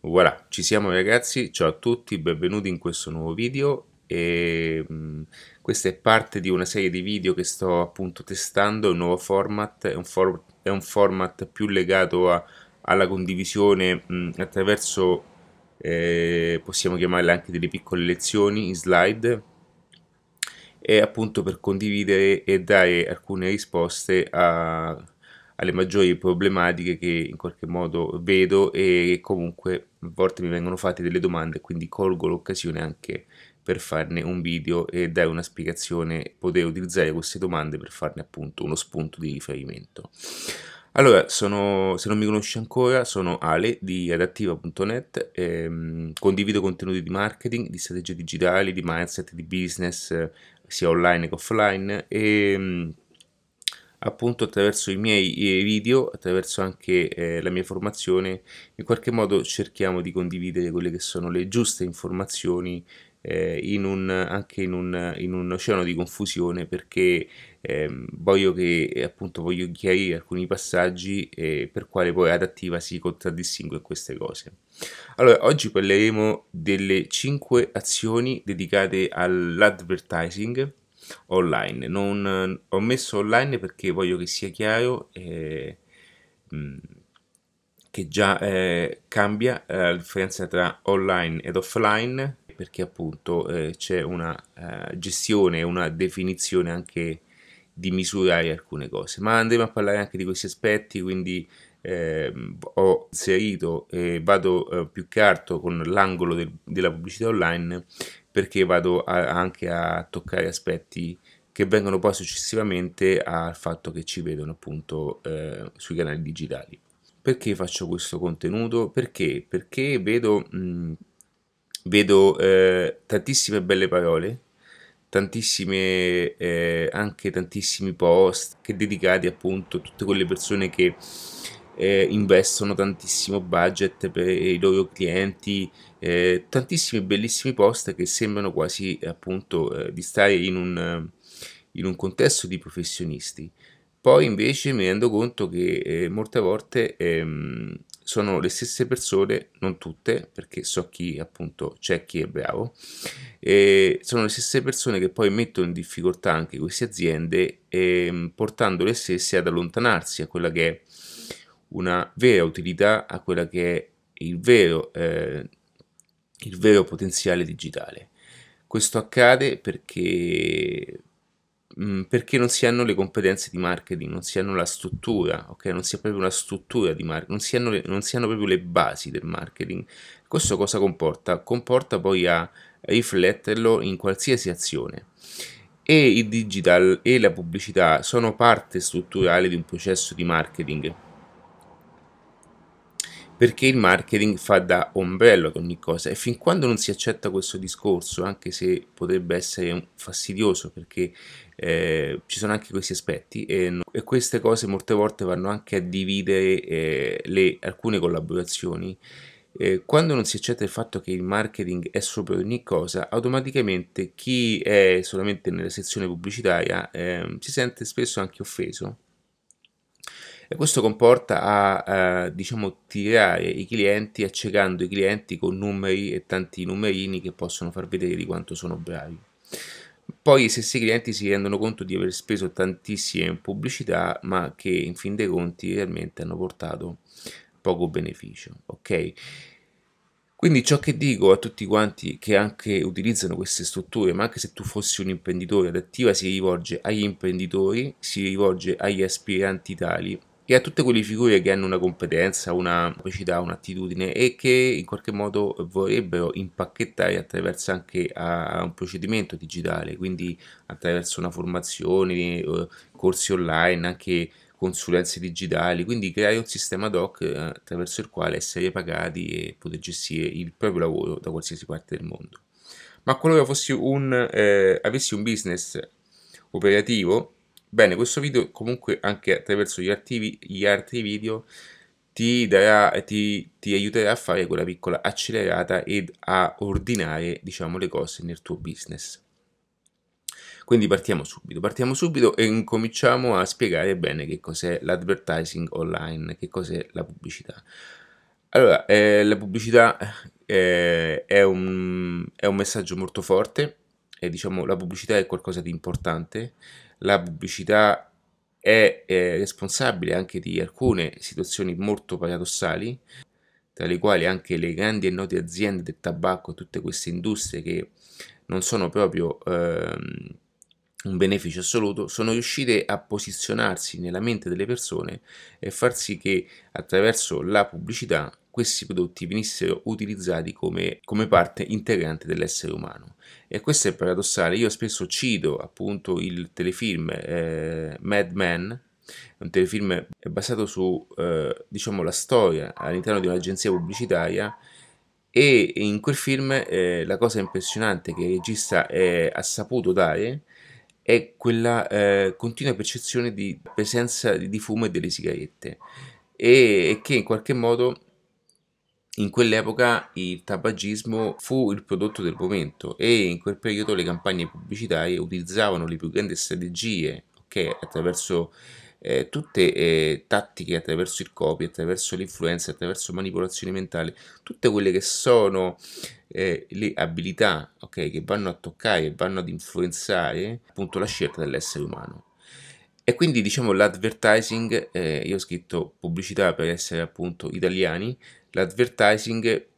Voilà, ci siamo ragazzi, ciao a tutti, benvenuti in questo nuovo video questa è parte di una serie di video che sto appunto testando, un nuovo format, è un format più legato alla condivisione attraverso, possiamo chiamarle anche delle piccole lezioni in slide, e appunto per condividere e dare alcune risposte alle maggiori problematiche che in qualche modo vedo e comunque a volte mi vengono fatte delle domande, quindi colgo l'occasione anche per farne un video e dare una spiegazione, poter utilizzare queste domande per farne appunto uno spunto di riferimento. Allora, se non mi conosci ancora, sono Ale di adattiva.net, condivido contenuti di marketing, di strategie digitali, di mindset, di business, sia online che offline e appunto attraverso i miei video, attraverso anche la mia formazione, in qualche modo cerchiamo di condividere quelle che sono le giuste informazioni anche in un oceano di confusione perché voglio chiarire alcuni passaggi per quale poi Adattiva si contraddistingue in queste cose. Allora, oggi parleremo delle 5 azioni dedicate all'advertising online. Non ho messo online perché voglio che sia chiaro mh, che già cambia la differenza tra online ed offline perché appunto c'è una gestione e una definizione anche di misurare alcune cose, ma andremo a parlare anche di questi aspetti, quindi ho inserito e vado più che altro con l'angolo della pubblicità online perché anche a toccare aspetti che vengono poi successivamente al fatto che ci vedono appunto sui canali digitali. Perché faccio questo contenuto? Perché vedo tantissime belle parole, anche tantissimi post che dedicati appunto a tutte quelle persone che investono tantissimo budget per i loro clienti, tantissimi bellissimi post che sembrano quasi appunto di stare in un contesto di professionisti. Poi invece mi rendo conto che molte volte sono le stesse persone, non tutte, perché so chi appunto c'è chi è bravo, e sono le stesse persone che poi mettono in difficoltà anche queste aziende, portando le stesse ad allontanarsi a quella che è una vera utilità, a quella che è il vero potenziale digitale. Questo accade perché non si hanno le competenze di marketing, non si hanno la struttura, ok? Non si ha proprio una struttura di marketing, non si hanno proprio le basi del marketing. Questo cosa comporta? Comporta poi a rifletterlo in qualsiasi azione. E il digital e la pubblicità sono parte strutturale di un processo di marketing perché il marketing fa da ombrello ad ogni cosa e fin quando non si accetta questo discorso, anche se potrebbe essere fastidioso perché ci sono anche questi aspetti e queste cose molte volte vanno anche a dividere alcune collaborazioni. Quando non si accetta il fatto che il marketing è sopra ogni cosa, automaticamente chi è solamente nella sezione pubblicitaria si sente spesso anche offeso e questo comporta diciamo, tirare i clienti, accecando i clienti con numeri e tanti numerini che possono far vedere di quanto sono bravi. Poi i stessi clienti si rendono conto di aver speso tantissime pubblicità, ma che in fin dei conti realmente hanno portato poco beneficio, ok? Quindi ciò che dico a tutti quanti che anche utilizzano queste strutture, ma anche se tu fossi un imprenditore Adattiva, si rivolge agli imprenditori, si rivolge agli aspiranti tali e a tutte quelle figure che hanno una competenza, una capacità, un'attitudine e che in qualche modo vorrebbero impacchettare attraverso anche a un procedimento digitale, quindi attraverso una formazione, corsi online, anche consulenze digitali, quindi creare un sistema ad hoc attraverso il quale essere pagati e poter gestire il proprio lavoro da qualsiasi parte del mondo. Ma qualora avessi un business operativo, bene, questo video comunque anche attraverso gli altri video ti aiuterà a fare quella piccola accelerata ed a ordinare, diciamo, le cose nel tuo business. Quindi partiamo subito e incominciamo a spiegare bene che cos'è l'advertising online, che cos'è la pubblicità. Allora, la pubblicità è un messaggio molto forte e diciamo la pubblicità è qualcosa di importante. La pubblicità è responsabile anche di alcune situazioni molto paradossali, tra le quali anche le grandi e note aziende del tabacco, tutte queste industrie che non sono proprio un beneficio assoluto, sono riuscite a posizionarsi nella mente delle persone e far sì che attraverso la pubblicità questi prodotti venissero utilizzati come parte integrante dell'essere umano. E questo è paradossale. Io spesso cito appunto il telefilm Mad Men, un telefilm basato su diciamo la storia all'interno di un'agenzia pubblicitaria, e in quel film la cosa impressionante che il regista ha saputo dare è quella continua percezione di presenza di fumo e delle sigarette, e che in qualche modo in quell'epoca il tabagismo fu il prodotto del momento, e in quel periodo le campagne pubblicitarie utilizzavano le più grandi strategie, ok, attraverso tutte tattiche, attraverso il copy, attraverso l'influenza, attraverso manipolazione mentale, tutte quelle che sono le abilità, ok, che vanno a toccare e vanno ad influenzare appunto la scelta dell'essere umano. E quindi diciamo l'advertising, io ho scritto pubblicità per essere appunto italiani. L'advertising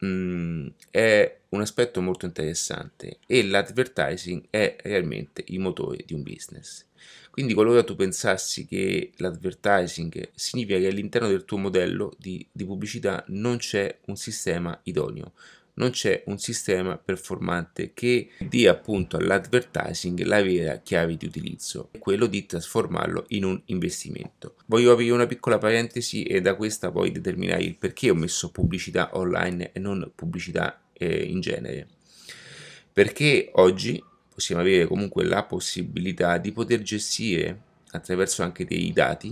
è un aspetto molto interessante, e l'advertising è realmente il motore di un business. Quindi qualora tu pensassi che l'advertising significa che all'interno del tuo modello di pubblicità non c'è un sistema idoneo, non c'è un sistema performante che dia appunto all'advertising la vera chiave di utilizzo, quello di trasformarlo in un investimento. Voglio aprire una piccola parentesi e da questa poi determinare il perché ho messo pubblicità online e non pubblicità in genere. Perché oggi possiamo avere comunque la possibilità di poter gestire attraverso anche dei dati,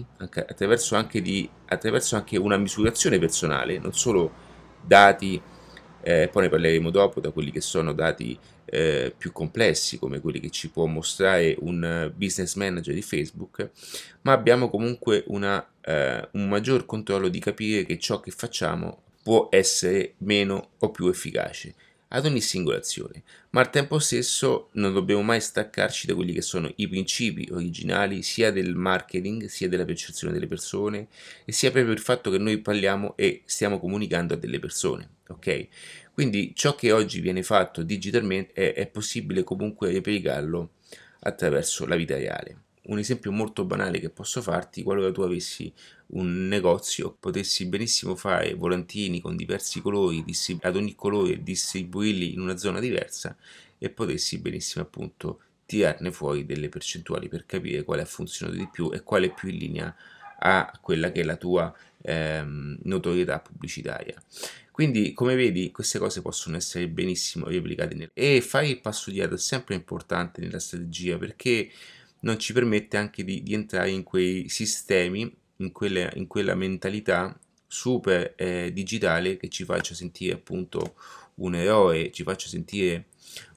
attraverso anche una misurazione personale, non solo dati, poi ne parleremo dopo, da quelli che sono dati più complessi come quelli che ci può mostrare un business manager di Facebook, ma abbiamo comunque un maggior controllo di capire che ciò che facciamo può essere meno o più efficace ad ogni singola azione, ma al tempo stesso non dobbiamo mai staccarci da quelli che sono i principi originali sia del marketing, sia della percezione delle persone, e sia proprio il fatto che noi parliamo e stiamo comunicando a delle persone, ok? Quindi ciò che oggi viene fatto digitalmente è possibile comunque replicarlo attraverso la vita reale. Un esempio molto banale che posso farti: qualora tu avessi un negozio, potessi benissimo fare volantini con diversi colori, ad ogni colore distribuirli in una zona diversa, e potessi benissimo appunto tirarne fuori delle percentuali per capire quale ha funzionato di più e quale è più in linea a quella che è la tua notorietà pubblicitaria. Quindi, come vedi, queste cose possono essere benissimo replicate e fare il passo dietro è sempre importante nella strategia, perché non ci permette anche di entrare in quei sistemi, in quella mentalità super digitale che ci faccia sentire appunto un eroe, ci faccia sentire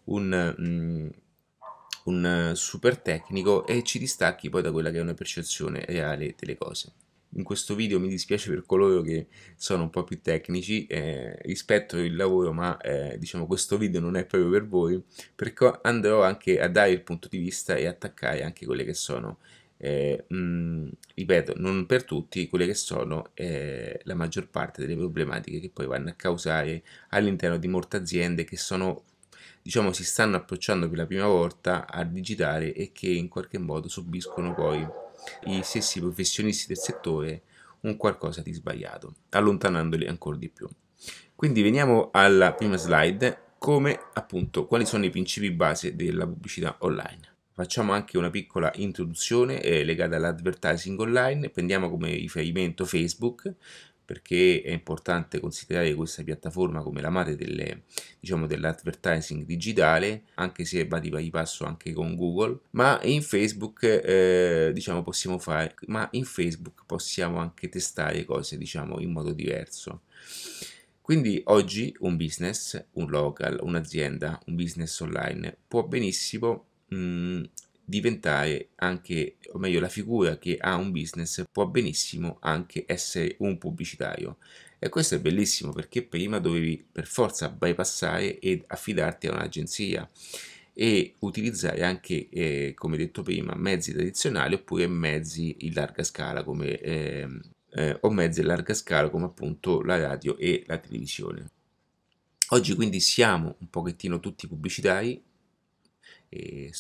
un, un super tecnico, e ci distacchi poi da quella che è una percezione reale delle cose. In questo video mi dispiace per coloro che sono un po' più tecnici, rispetto il lavoro, ma diciamo questo video non è proprio per voi, perché andrò anche a dare il punto di vista e attaccare anche quelle che sono, ripeto, non per tutti, quelle che sono la maggior parte delle problematiche che poi vanno a causare all'interno di molte aziende che sono, diciamo, si stanno approcciando per la prima volta al digitale, e che in qualche modo subiscono poi gli stessi professionisti del settore un qualcosa di sbagliato, allontanandoli ancora di più. Quindi veniamo alla prima slide, come appunto quali sono i principi base della pubblicità online. Facciamo anche una piccola introduzione legata all'advertising online, prendiamo come riferimento Facebook, perché è importante considerare questa piattaforma come la madre diciamo, dell'advertising digitale, anche se va di pari passo anche con Google. Ma in Facebook possiamo anche testare cose, diciamo, in modo diverso. Quindi oggi un business, un local, un'azienda, un business online può benissimo diventare anche, o meglio, la figura che ha un business può benissimo anche essere un pubblicitario. E questo è bellissimo perché prima dovevi per forza bypassare ed affidarti a un'agenzia e utilizzare anche, come detto prima, mezzi tradizionali oppure mezzi in larga scala o mezzi a larga scala come appunto la radio e la televisione. Oggi quindi siamo un pochettino tutti pubblicitari e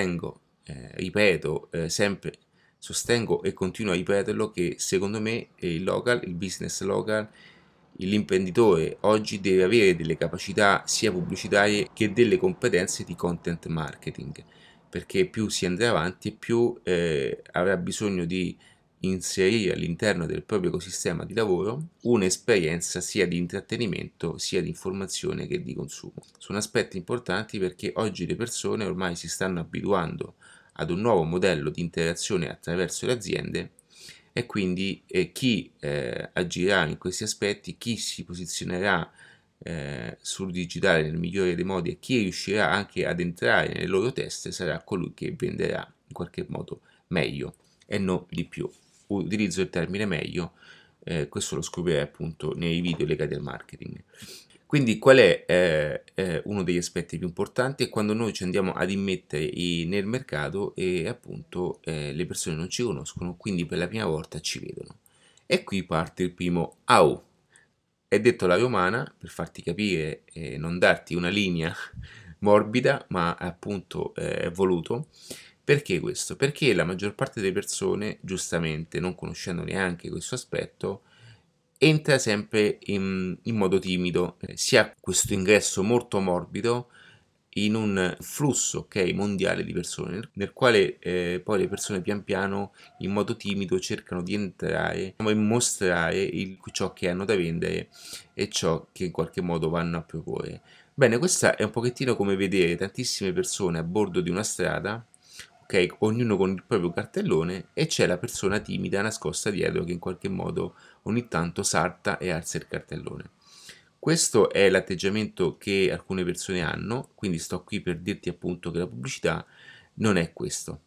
sostengo e continuo a ripeterlo che secondo me il business local, l'imprenditore oggi deve avere delle capacità sia pubblicitarie che delle competenze di content marketing, perché più si andrà avanti e più avrà bisogno di inserire all'interno del proprio ecosistema di lavoro un'esperienza sia di intrattenimento sia di informazione che di consumo. Sono aspetti importanti perché oggi le persone ormai si stanno abituando ad un nuovo modello di interazione attraverso le aziende e quindi chi agirà in questi aspetti, chi si posizionerà sul digitale nel migliore dei modi e chi riuscirà anche ad entrare nelle loro teste sarà colui che venderà in qualche modo meglio e non di più. Utilizzo il termine meglio, questo lo scoprirai appunto nei video legati al marketing. Quindi qual è uno degli aspetti più importanti? È quando noi ci andiamo ad immettere nel mercato e appunto le persone non ci conoscono, quindi per la prima volta ci vedono. E qui parte il primo AU. È detto alla romana per farti capire e non darti una linea morbida, ma appunto è voluto. Perché questo? Perché la maggior parte delle persone, giustamente, non conoscendo neanche questo aspetto, entra sempre in modo timido, si ha questo ingresso molto morbido in un flusso mondiale di persone, nel quale poi le persone pian piano in modo timido cercano di entrare e mostrare ciò che hanno da vendere e ciò che in qualche modo vanno a proporre. Bene, questa è un pochettino come vedere tantissime persone a bordo di una strada, ok, ognuno con il proprio cartellone e c'è la persona timida nascosta dietro che in qualche modo ogni tanto salta e alza il cartellone. Questo è l'atteggiamento che alcune persone hanno, quindi sto qui per dirti appunto che la pubblicità non è questo.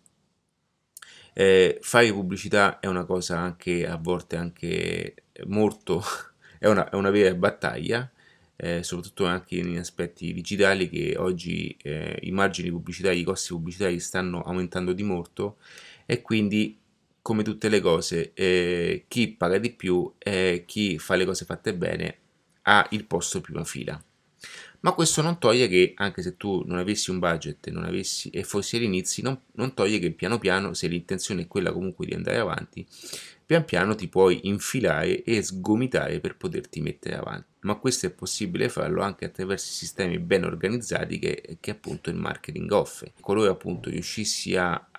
Fare pubblicità è una cosa anche a volte anche molto, è una vera battaglia, soprattutto anche in aspetti digitali che oggi i margini pubblicitari, i costi pubblicitari stanno aumentando di molto e quindi come tutte le cose chi paga di più e chi fa le cose fatte bene ha il posto prima fila. Ma questo non toglie che, anche se tu non avessi un budget e fossi agli inizi, non toglie che piano piano, se l'intenzione è quella comunque di andare avanti, pian piano ti puoi infilare e sgomitare per poterti mettere avanti. Ma questo è possibile farlo anche attraverso sistemi ben organizzati che appunto il marketing offre. Qualora appunto riuscissi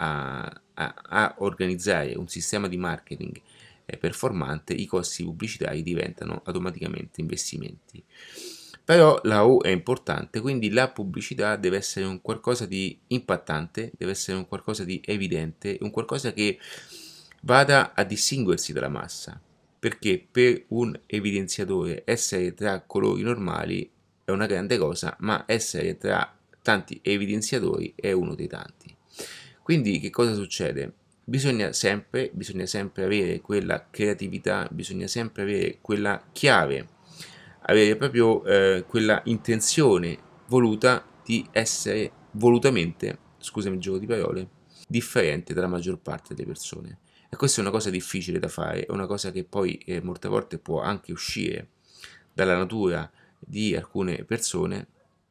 a organizzare un sistema di marketing performante, i costi pubblicitari diventano automaticamente investimenti. Però la U è importante, quindi la pubblicità deve essere un qualcosa di impattante, deve essere un qualcosa di evidente, un qualcosa che vada a distinguersi dalla massa, perché per un evidenziatore essere tra colori normali è una grande cosa, ma essere tra tanti evidenziatori è uno dei tanti. Quindi che cosa succede? Bisogna sempre avere quella creatività, bisogna sempre avere quella chiave, avere proprio quella intenzione voluta di essere volutamente, scusami il gioco di parole, differente dalla maggior parte delle persone. E questa è una cosa difficile da fare, è una cosa che poi molte volte può anche uscire dalla natura di alcune persone,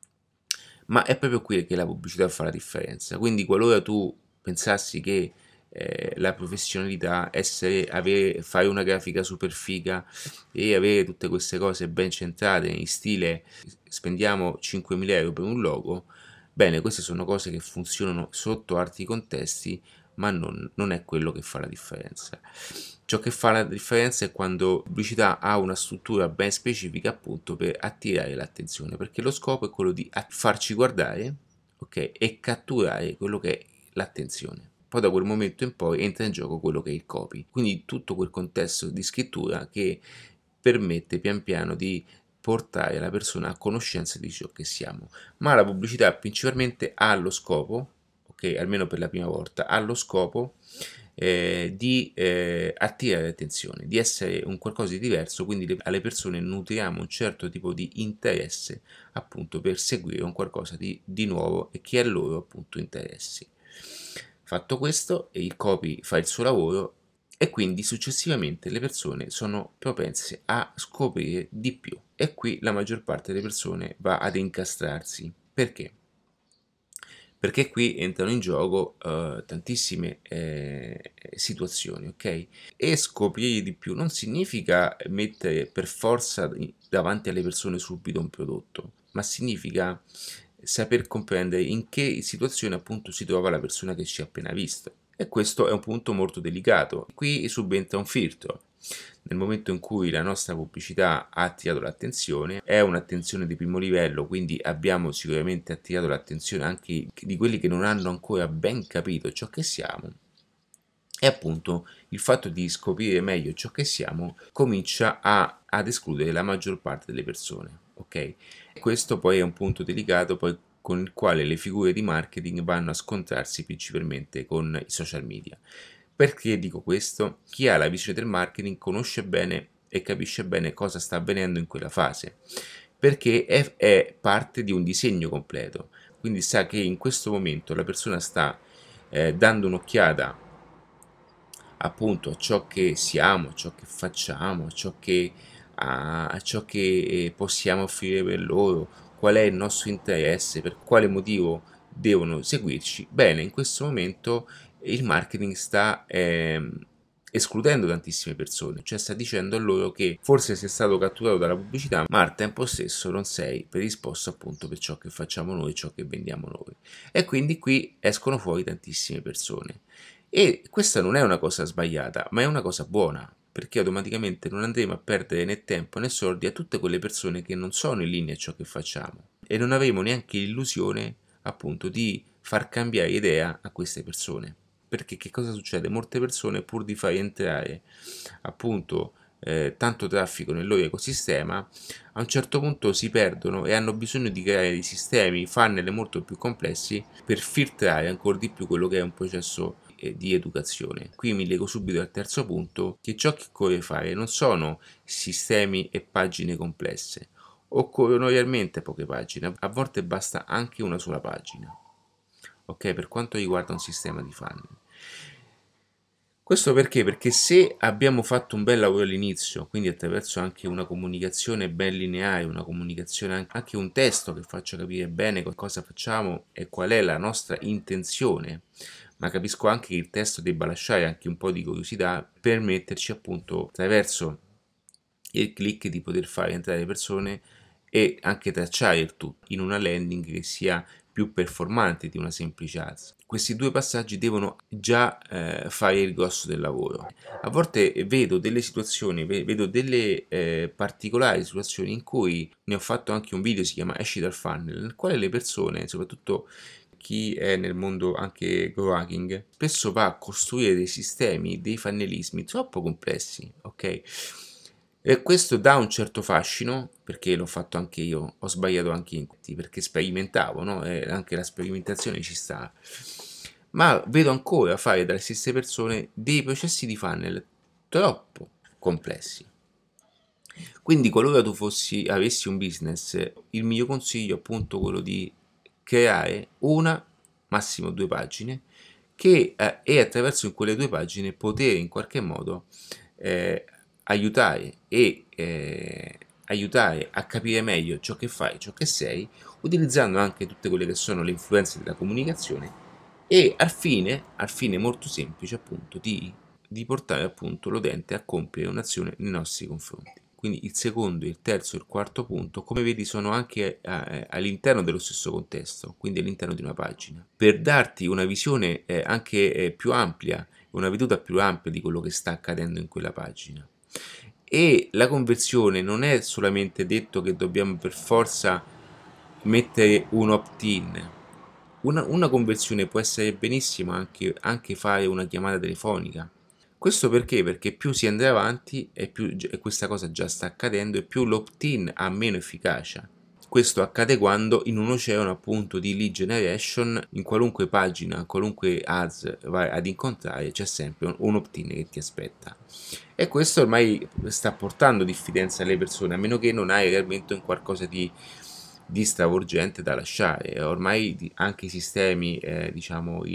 ma è proprio qui che la pubblicità fa la differenza. Quindi qualora tu pensassi che la professionalità, fare una grafica super figa e avere tutte queste cose ben centrate in stile spendiamo 5.000 euro per un logo, bene, queste sono cose che funzionano sotto altri contesti, ma non è quello che fa la differenza. Ciò che fa la differenza è quando la pubblicità ha una struttura ben specifica appunto per attirare l'attenzione, perché lo scopo è quello di farci guardare, ok, e catturare quello che è l'attenzione. Poi da quel momento in poi entra in gioco quello che è il copy, quindi tutto quel contesto di scrittura che permette pian piano di portare la persona a conoscenza di ciò che siamo. Ma la pubblicità principalmente ha lo scopo, ok, almeno per la prima volta, ha lo scopo di attirare l'attenzione, di essere un qualcosa di diverso, quindi alle persone nutriamo un certo tipo di interesse appunto per seguire un qualcosa di nuovo e che a loro appunto interessi. Fatto questo, il copy fa il suo lavoro e quindi successivamente le persone sono propense a scoprire di più e qui la maggior parte delle persone va ad incastrarsi. Perché? Perché qui entrano in gioco tantissime situazioni, ok? E scoprire di più non significa mettere per forza davanti alle persone subito un prodotto, ma significa saper comprendere in che situazione appunto si trova la persona che ci ha appena visto. E questo è un punto molto delicato. Qui subentra un filtro. Nel momento in cui la nostra pubblicità ha attirato l'attenzione, è un'attenzione di primo livello, quindi abbiamo sicuramente attirato l'attenzione anche di quelli che non hanno ancora ben capito ciò che siamo. E appunto il fatto di scoprire meglio ciò che siamo comincia ad escludere la maggior parte delle persone, ok? Questo poi è un punto delicato poi con il quale le figure di marketing vanno a scontrarsi principalmente con i social media. Perché dico questo? Chi ha la visione del marketing conosce bene e capisce bene cosa sta avvenendo in quella fase, perché è parte di un disegno completo, quindi sa che in questo momento la persona sta dando un'occhiata appunto a ciò che siamo, a ciò che facciamo, a ciò che possiamo offrire per loro, qual è il nostro interesse, per quale motivo devono seguirci. Bene, in questo momento il marketing sta escludendo tantissime persone, cioè sta dicendo a loro che forse sei stato catturato dalla pubblicità, ma al tempo stesso non sei predisposto appunto per ciò che facciamo noi, ciò che vendiamo noi. E quindi qui escono fuori tantissime persone. E questa non è una cosa sbagliata, ma è una cosa buona, perché automaticamente non andremo a perdere né tempo né soldi a tutte quelle persone che non sono in linea a ciò che facciamo e non avremo neanche l'illusione appunto di far cambiare idea a queste persone. Perché che cosa succede? Molte persone pur di far entrare appunto tanto traffico nel loro ecosistema, a un certo punto si perdono e hanno bisogno di creare dei sistemi, funnel molto più complessi per filtrare ancora di più quello che è un processo di educazione. Qui mi lego subito al terzo punto, che ciò che occorre fare non sono sistemi e pagine complesse, occorrono realmente poche pagine, a volte basta anche una sola pagina, ok? Per quanto riguarda un sistema di funnel. Questo perché? Perché se abbiamo fatto un bel lavoro all'inizio, quindi attraverso anche una comunicazione ben lineare, una comunicazione anche un testo che faccia capire bene cosa facciamo e qual è la nostra intenzione, ma capisco anche che il testo debba lasciare anche un po' di curiosità per metterci appunto attraverso il click di poter fare entrare le persone e anche tracciare il tutto in una landing che sia più performante di una semplice ads. Questi due passaggi devono già fare il grosso del lavoro. A volte vedo delle situazioni, vedo delle particolari situazioni in cui ne ho fatto anche un video, si chiama Esci dal funnel, nel quale le persone, soprattutto chi è nel mondo anche grow hacking, spesso va a costruire dei sistemi, dei fannelismi troppo complessi, ok? E questo dà un certo fascino, perché l'ho fatto anche io, ho sbagliato anche in questi, perché sperimentavo, no? E anche la sperimentazione ci sta. Ma vedo ancora fare dalle stesse persone dei processi di funnel troppo complessi. Quindi qualora tu avessi un business, il mio consiglio è appunto quello di creare una, massimo due pagine, che e attraverso quelle due pagine poter in qualche modo eh, aiutare a capire meglio ciò che fai, ciò che sei, utilizzando anche tutte quelle che sono le influenze della comunicazione e al fine molto semplice appunto di portare appunto l'utente a compiere un'azione nei nostri confronti. Quindi il secondo, il terzo e il quarto punto, come vedi, sono anche all'interno dello stesso contesto, quindi all'interno di una pagina, per darti una visione anche più ampia, una veduta più ampia di quello che sta accadendo in quella pagina. E la conversione non è solamente detto che dobbiamo per forza mettere un opt-in. Una conversione può essere benissimo anche fare una chiamata telefonica. Questo perché? Perché più si andrà avanti e più e questa cosa già sta accadendo e più l'opt-in ha meno efficacia. Questo accade quando in un oceano appunto di lead generation, in qualunque pagina, qualunque ads vai ad incontrare, c'è sempre un opt-in che ti aspetta. E questo ormai sta portando diffidenza alle persone, a meno che non hai realmente un qualcosa di stravolgente da lasciare. Ormai anche i sistemi, diciamo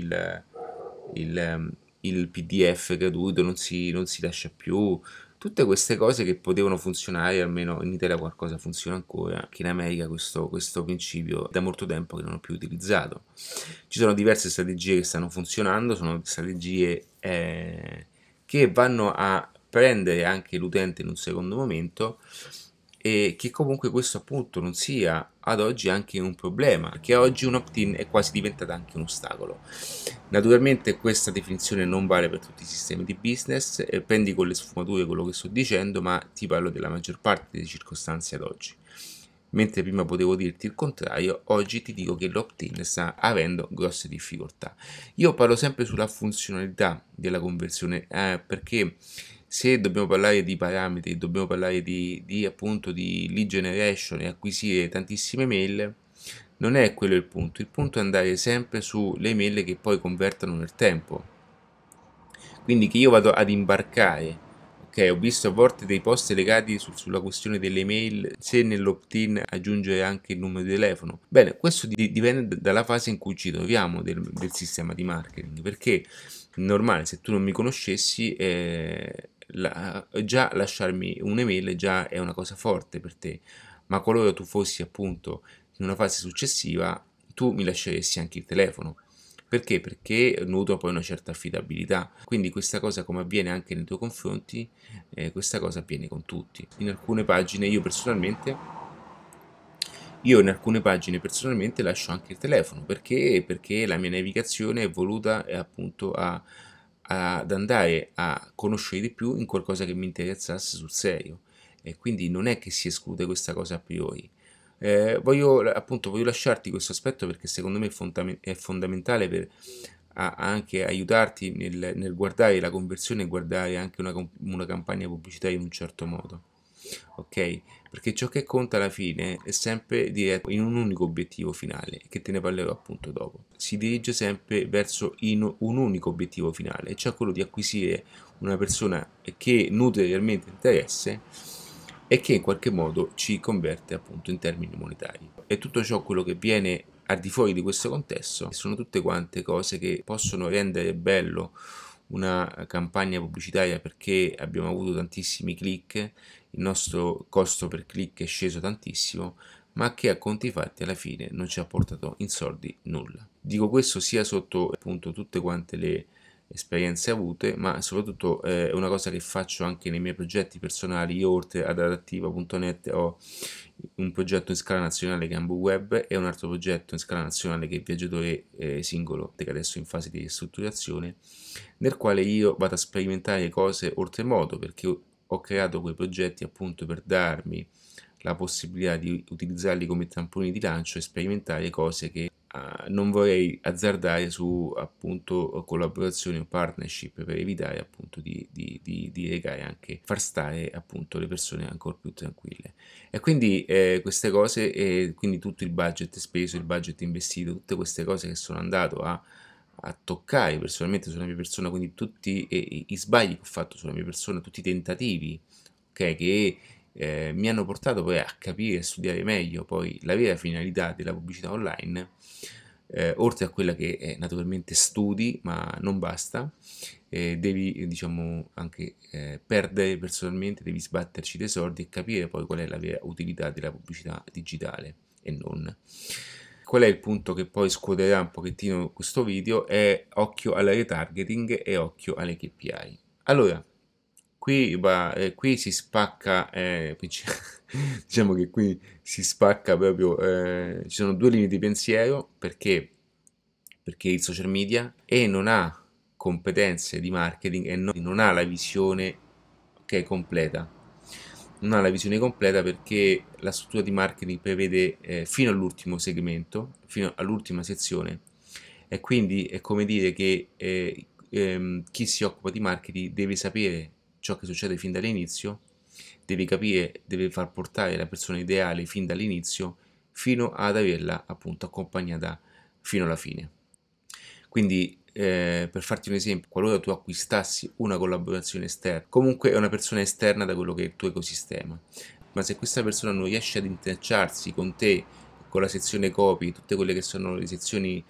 il PDF gratuito non si lascia più. Tutte queste cose che potevano funzionare, almeno in Italia qualcosa funziona ancora, che in America questo principio è da molto tempo che non ho più utilizzato. Ci sono diverse strategie che stanno funzionando, sono strategie che vanno a prendere anche l'utente in un secondo momento, e che comunque questo appunto non sia ad oggi anche un problema, perché oggi un opt-in è quasi diventata anche un ostacolo. Naturalmente questa definizione non vale per tutti i sistemi di business, e prendi con le sfumature quello che sto dicendo, ma ti parlo della maggior parte delle circostanze ad oggi. Mentre prima potevo dirti il contrario, oggi ti dico che l'opt-in sta avendo grosse difficoltà. Io parlo sempre sulla funzionalità della conversione, perché se dobbiamo parlare di parametri, dobbiamo parlare appunto di lead generation e acquisire tantissime mail, non è quello il punto è andare sempre sulle mail che poi convertono nel tempo. Quindi che io vado ad imbarcare, ok, ho visto a volte dei post legati sulla questione delle email, se nell'opt-in aggiungere anche il numero di telefono. Bene, questo dipende dalla fase in cui ci troviamo del sistema di marketing, perché normale, se tu non mi conoscessi, già lasciarmi un'email già è una cosa forte per te, ma qualora tu fossi appunto in una fase successiva, tu mi lasceresti anche il telefono. Perché? Perché nutro poi una certa affidabilità. Quindi questa cosa, come avviene anche nei tuoi confronti, questa cosa avviene con tutti. In alcune pagine io lascio anche il telefono, perché la mia navigazione è voluta appunto ad andare a conoscere di più in qualcosa che mi interessasse sul serio, e quindi non è che si esclude questa cosa a priori. Voglio lasciarti questo aspetto perché secondo me è fondamentale per anche aiutarti nel guardare la conversione e guardare anche una campagna pubblicitaria in un certo modo. Ok? Perché ciò che conta alla fine è sempre diretto in un unico obiettivo finale, che te ne parlerò appunto dopo. Si dirige sempre verso un unico obiettivo finale, cioè quello di acquisire una persona che nutre realmente interesse e che in qualche modo ci converte appunto in termini monetari. E tutto ciò, quello che viene al di fuori di questo contesto, sono tutte quante cose che possono rendere bello una campagna pubblicitaria, perché abbiamo avuto tantissimi click, il nostro costo per click è sceso tantissimo, ma che a conti fatti alla fine non ci ha portato in soldi nulla. Dico questo sia sotto appunto tutte quante le esperienze avute, ma soprattutto è una cosa che faccio anche nei miei progetti personali. Io, oltre ad adattiva.net, ho un progetto in scala nazionale che è AmbuWeb e un altro progetto in scala nazionale che è Viaggiatore Singolo, che adesso è in fase di ristrutturazione, nel quale io vado a sperimentare cose oltremodo, perché ho creato quei progetti appunto per darmi la possibilità di utilizzarli come trampolini di lancio e sperimentare cose che non vorrei azzardare su appunto collaborazioni o partnership, per evitare appunto di recare anche, far stare appunto le persone ancora più tranquille. E quindi queste cose, e quindi tutto il budget speso, il budget investito, tutte queste cose che sono andato a toccare personalmente sulla mia persona, quindi tutti i sbagli che ho fatto sulla mia persona, tutti i tentativi, ok, che mi hanno portato poi a capire e studiare meglio poi la vera finalità della pubblicità online, oltre a quella che naturalmente studi, ma non basta, devi diciamo anche perdere personalmente, devi sbatterci dei soldi e capire poi qual è la vera utilità della pubblicità digitale e non. Qual è il punto che poi scuoterà un pochettino questo video? È occhio alla retargeting e occhio alle KPI. Allora, qui si spacca, diciamo che qui si spacca proprio, ci sono due linee di pensiero, perché il social media non ha competenze di marketing e non ha la visione che è completa. Non ha la visione completa perché la struttura di marketing prevede fino all'ultimo segmento, fino all'ultima sezione, e quindi è come dire che chi si occupa di marketing deve sapere ciò che succede fin dall'inizio, deve capire, deve far portare la persona ideale fin dall'inizio fino ad averla appunto accompagnata fino alla fine. Quindi per farti un esempio, qualora tu acquistassi una collaborazione esterna, comunque è una persona esterna da quello che è il tuo ecosistema, ma se questa persona non riesce ad intrecciarsi con te, con la sezione copy, tutte quelle che sono le sezioni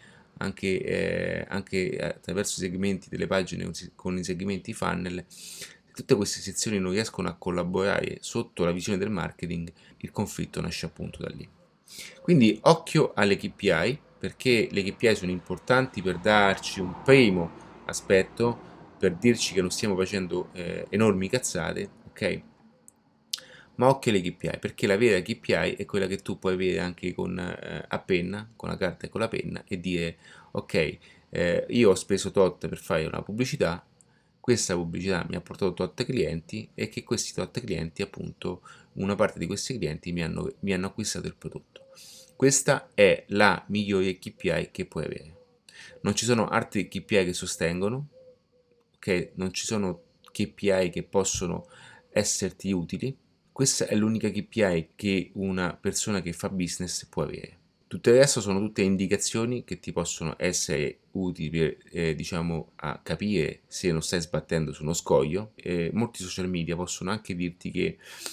anche attraverso i segmenti delle pagine con i segmenti funnel, se tutte queste sezioni non riescono a collaborare sotto la visione del marketing, il conflitto nasce appunto da lì. Quindi occhio alle KPI, perché le KPI sono importanti per darci un primo aspetto, per dirci che non stiamo facendo enormi cazzate, ok? Ma occhio alle KPI, perché la vera KPI è quella che tu puoi avere anche a penna, con la carta e con la penna, e dire, ok, io ho speso tot per fare una pubblicità, questa pubblicità mi ha portato tot clienti e che questi tot clienti, appunto, una parte di questi clienti mi hanno acquistato il prodotto. Questa è la migliore KPI che puoi avere. Non ci sono altri KPI che sostengono, ok? Non ci sono KPI che possono esserti utili. Questa è l'unica KPI che una persona che fa business può avere. Tutto il resto sono tutte indicazioni che ti possono essere utili per, diciamo, a capire se non stai sbattendo su uno scoglio. Molti social media possono anche dirti che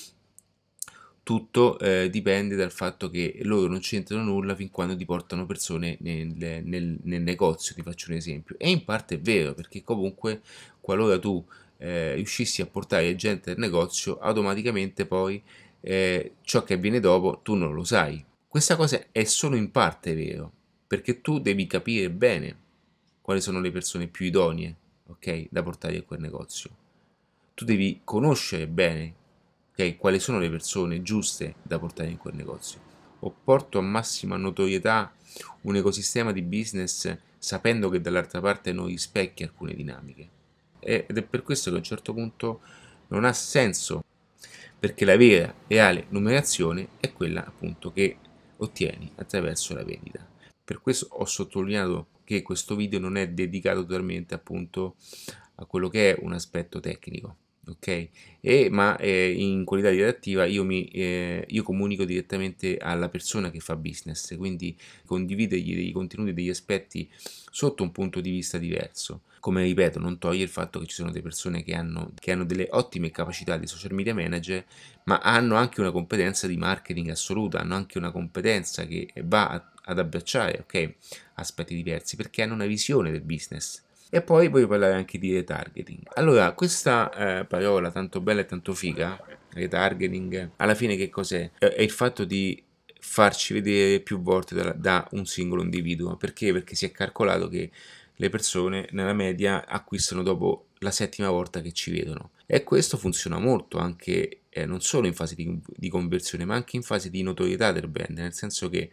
tutto dipende dal fatto che loro non c'entrano nulla fin quando ti portano persone nel negozio, ti faccio un esempio. E in parte è vero, perché comunque qualora tu riuscissi a portare gente nel negozio, automaticamente poi ciò che avviene dopo tu non lo sai. Questa cosa è solo in parte vero, perché tu devi capire bene quali sono le persone più idonee, ok, da portare a quel negozio. Tu devi conoscere bene, ok, quali sono le persone giuste da portare in quel negozio. O porto a massima notorietà un ecosistema di business sapendo che dall'altra parte non rispecchia alcune dinamiche. Ed è per questo che a un certo punto non ha senso, perché la vera, reale numerazione è quella appunto che ottieni attraverso la vendita. Per questo ho sottolineato che questo video non è dedicato totalmente appunto a quello che è un aspetto tecnico, ok? Ma in qualità di redattiva io comunico direttamente alla persona che fa business, quindi condividergli dei contenuti, degli aspetti sotto un punto di vista diverso. Come ripeto, non toglie il fatto che ci sono delle persone che hanno delle ottime capacità di social media manager, ma hanno anche una competenza di marketing assoluta, hanno anche una competenza che va ad abbracciare, ok, aspetti diversi, perché hanno una visione del business. E poi voglio parlare anche di retargeting. Allora, questa parola tanto bella e tanto figa, retargeting, alla fine che cos'è? È il fatto di farci vedere più volte da un singolo individuo. Perché? Perché si è calcolato che le persone nella media acquistano dopo la settima volta che ci vedono. E questo funziona molto anche non solo in fase di conversione, ma anche in fase di notorietà del brand, nel senso che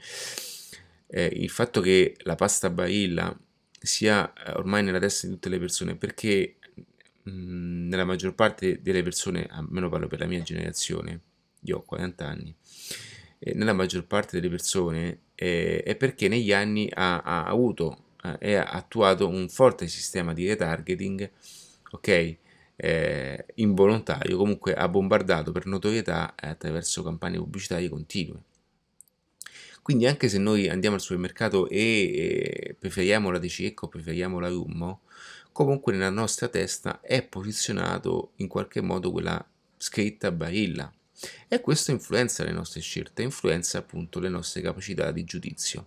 il fatto che la pasta Barilla sia ormai nella testa di tutte le persone, perché nella maggior parte delle persone, almeno parlo per la mia generazione, io ho 40 anni, nella maggior parte delle persone è perché negli anni ha avuto e ha attuato un forte sistema di retargeting, ok? Involontario, comunque ha bombardato per notorietà attraverso campagne pubblicitarie continue. Quindi anche se noi andiamo al supermercato e preferiamo la De Cecco, preferiamo la Rummo, comunque nella nostra testa è posizionato in qualche modo quella scritta Barilla. E questo influenza le nostre scelte, influenza appunto le nostre capacità di giudizio.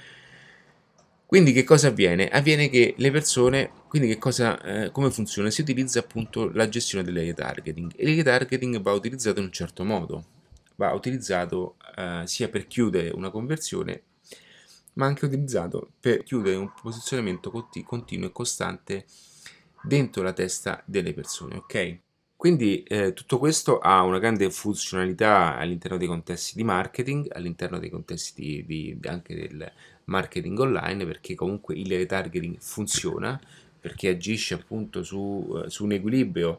Quindi che cosa avviene? Avviene che le persone, quindi come funziona? Si utilizza appunto la gestione del retargeting e il retargeting va utilizzato in un certo modo, va utilizzato sia per chiudere una conversione, ma anche utilizzato per chiudere un posizionamento continuo e costante dentro la testa delle persone, ok? Quindi tutto questo ha una grande funzionalità all'interno dei contesti di marketing, all'interno dei contesti anche del marketing online, perché comunque il retargeting funziona, perché agisce appunto su un equilibrio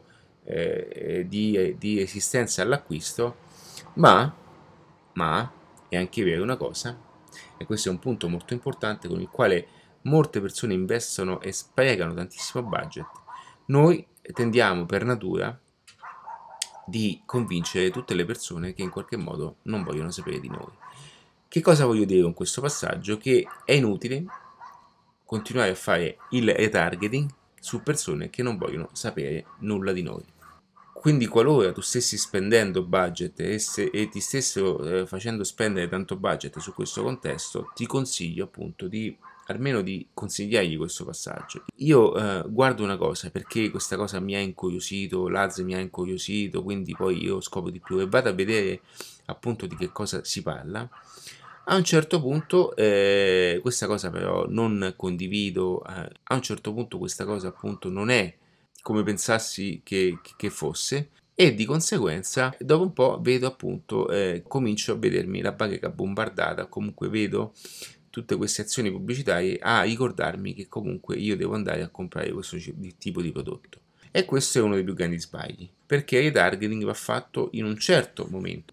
di esistenza all'acquisto, ma, ma è anche vero una cosa, e questo è un punto molto importante con il quale molte persone investono e sprecano tantissimo budget. Noi tendiamo per natura di convincere tutte le persone che in qualche modo non vogliono sapere di noi. Che cosa voglio dire con questo passaggio? Che è inutile continuare a fare il retargeting su persone che non vogliono sapere nulla di noi. Quindi qualora tu stessi spendendo budget e ti stessero facendo spendere tanto budget su questo contesto, ti consiglio appunto di almeno di consigliargli questo passaggio. Io guardo una cosa perché questa cosa mi ha incuriosito, l'AZ mi ha incuriosito, quindi poi io scopro di più e vado a vedere appunto di che cosa si parla. A un certo punto questa cosa però non condivido, a un certo punto questa cosa appunto non è come pensassi che fosse, e di conseguenza dopo un po' vedo appunto, comincio a vedermi la bacheca bombardata, comunque vedo tutte queste azioni pubblicitarie a ricordarmi che comunque io devo andare a comprare questo tipo di prodotto. E questo è uno dei più grandi sbagli, perché il retargeting va fatto in un certo momento,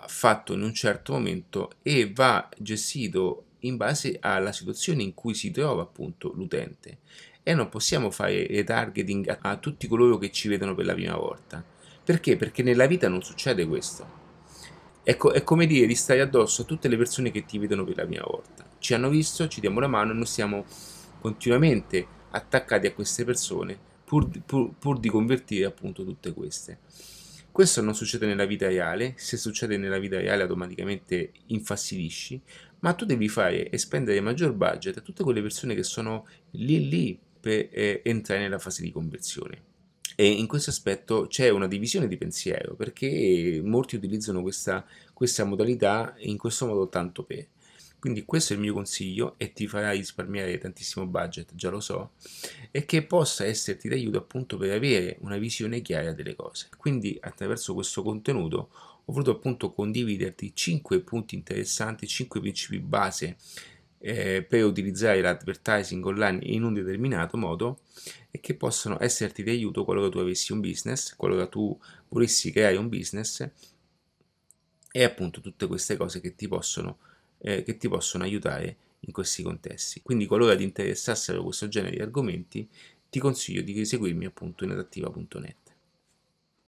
e va gestito in base alla situazione in cui si trova appunto l'utente. E non possiamo fare retargeting a tutti coloro che ci vedono per la prima volta. Perché? Perché nella vita non succede questo. È come dire di stare addosso a tutte le persone che ti vedono per la prima volta. Ci hanno visto, ci diamo la mano e noi siamo continuamente attaccati a queste persone pur di convertire appunto tutte queste. Questo non succede nella vita reale, se succede nella vita reale automaticamente infastidisci, ma tu devi fare e spendere maggior budget a tutte quelle persone che sono lì per entrare nella fase di conversione. E in questo aspetto c'è una divisione di pensiero, perché molti utilizzano questa modalità in questo modo tanto per. Quindi questo è il mio consiglio e ti farà risparmiare tantissimo budget, già lo so, e che possa esserti d'aiuto appunto per avere una visione chiara delle cose. Quindi attraverso questo contenuto ho voluto appunto condividerti 5 punti interessanti, 5 principi base per utilizzare l'advertising online in un determinato modo e che possono esserti di aiuto qualora tu avessi un business, qualora tu volessi creare un business, e appunto tutte queste cose che ti possono aiutare in questi contesti. Quindi qualora ti interessassero questo genere di argomenti, ti consiglio di seguirmi appunto in adattiva.net.